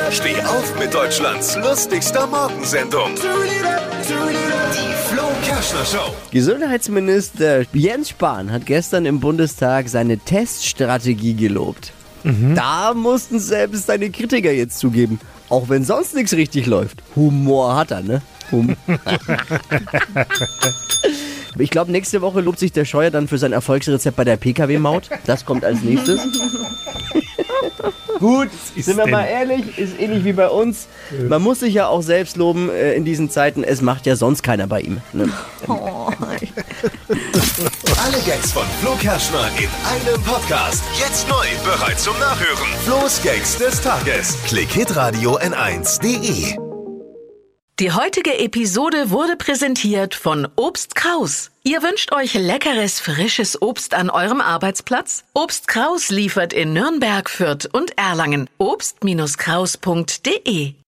Steh auf mit Deutschlands lustigster Morgensendung. Die Flo Kerschner Show. Gesundheitsminister Jens Spahn hat gestern im Bundestag seine Teststrategie gelobt. Da mussten selbst seine Kritiker jetzt zugeben, auch wenn sonst nichts richtig läuft. Humor hat er, ne? Ich glaube, nächste Woche lobt sich der Scheuer dann für sein Erfolgsrezept bei der PKW-Maut. Das kommt als nächstes. Gut, sind wir mal ehrlich, ist ähnlich wie bei uns. Man muss sich ja auch selbst loben in diesen Zeiten. Es macht ja sonst keiner bei ihm. Ne? Alle Gags von Flo Kerschner in einem Podcast. Jetzt neu, bereit zum Nachhören. Flo's Gags des Tages. Klick Hitradio N1.de. Die heutige Episode wurde präsentiert von Obst Kraus. Ihr wünscht euch leckeres, frisches Obst an eurem Arbeitsplatz? Obst Kraus liefert in Nürnberg, Fürth und Erlangen. Obst-Kraus.de